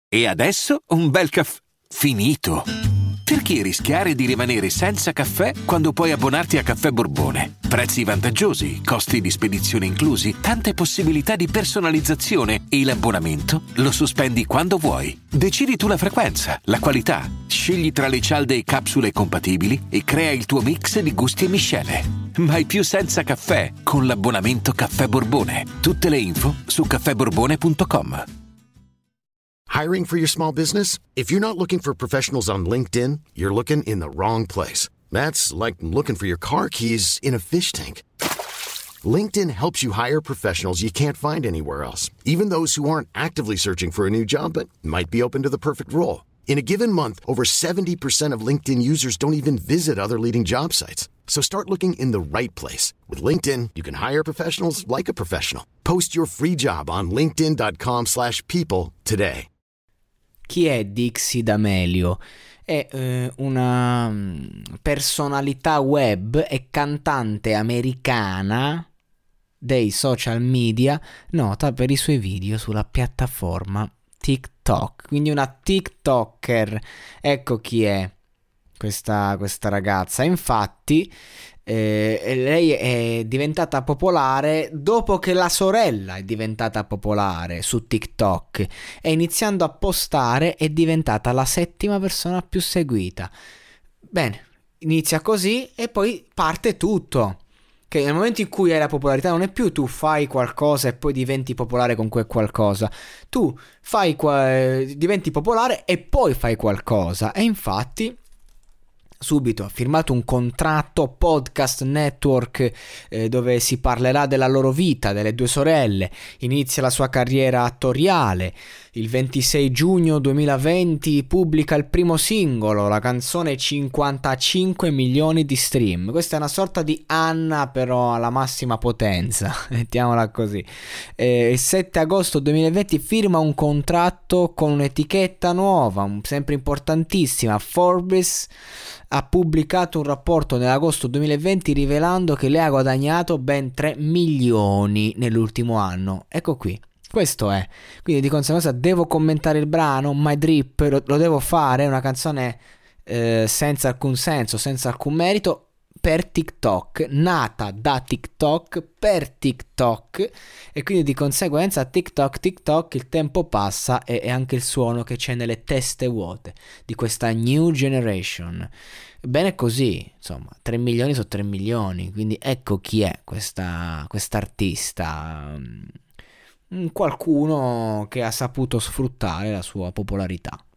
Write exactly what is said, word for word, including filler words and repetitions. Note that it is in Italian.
E adesso un bel caffè finito. Perché rischiare di rimanere senza caffè quando puoi abbonarti a Caffè Borbone? Prezzi vantaggiosi, costi di spedizione inclusi, tante possibilità di personalizzazione e l'abbonamento lo sospendi quando vuoi. Decidi tu la frequenza, la qualità, scegli tra le cialde e capsule compatibili e crea il tuo mix di gusti e miscele. Mai più senza caffè con l'abbonamento Caffè Borbone. Tutte le info su caffè borbone punto com. Hiring for your small business? If you're not looking for professionals on LinkedIn, you're looking in the wrong place. That's like looking for your car keys in a fish tank. LinkedIn helps you hire professionals you can't find anywhere else, even those who aren't actively searching for a new job but might be open to the perfect role. In a given month, over seventy percent of LinkedIn users don't even visit other leading job sites. So start looking in the right place. With LinkedIn, you can hire professionals like a professional. Post your free job on linkedin dot com slash people today. Chi è Dixie D'Amelio? È eh, una personalità web e cantante americana dei social media, nota per i suoi video sulla piattaforma TikTok. Quindi una TikToker. Ecco chi è questa, questa ragazza. Infatti eh, lei è diventata popolare dopo che la sorella è diventata popolare su TikTok e iniziando a postare è diventata la settima persona più seguita. Bene, inizia così e poi parte tutto. Che nel momento in cui hai la popolarità non è più tu fai qualcosa e poi diventi popolare con quel qualcosa. Tu fai qua- diventi popolare e poi fai qualcosa. E infatti subito ha firmato un contratto podcast network eh, dove si parlerà della loro vita, delle due sorelle. Inizia la sua carriera attoriale. Il ventisei giugno duemilaventi pubblica il primo singolo, la canzone cinquantacinque milioni di stream. Questa è una sorta di Anna però alla massima potenza, mettiamola così. Eh, il sette agosto duemilaventi firma un contratto con un'etichetta nuova, un, sempre importantissima, Forbes. Ha pubblicato un rapporto nell'agosto duemilaventi rivelando che lei ha guadagnato ben tre milioni nell'ultimo anno. Ecco qui, questo è. Quindi di conseguenza devo commentare il brano, My Drip, lo, lo devo fare, è una canzone eh, senza alcun senso, senza alcun merito, per TikTok, nata da TikTok per TikTok, e quindi di conseguenza TikTok TikTok il tempo passa e, e anche il suono che c'è nelle teste vuote di questa new generation. Bene così, insomma, tre milioni su tre milioni, quindi ecco chi è questa quest'artista, qualcuno che ha saputo sfruttare la sua popolarità.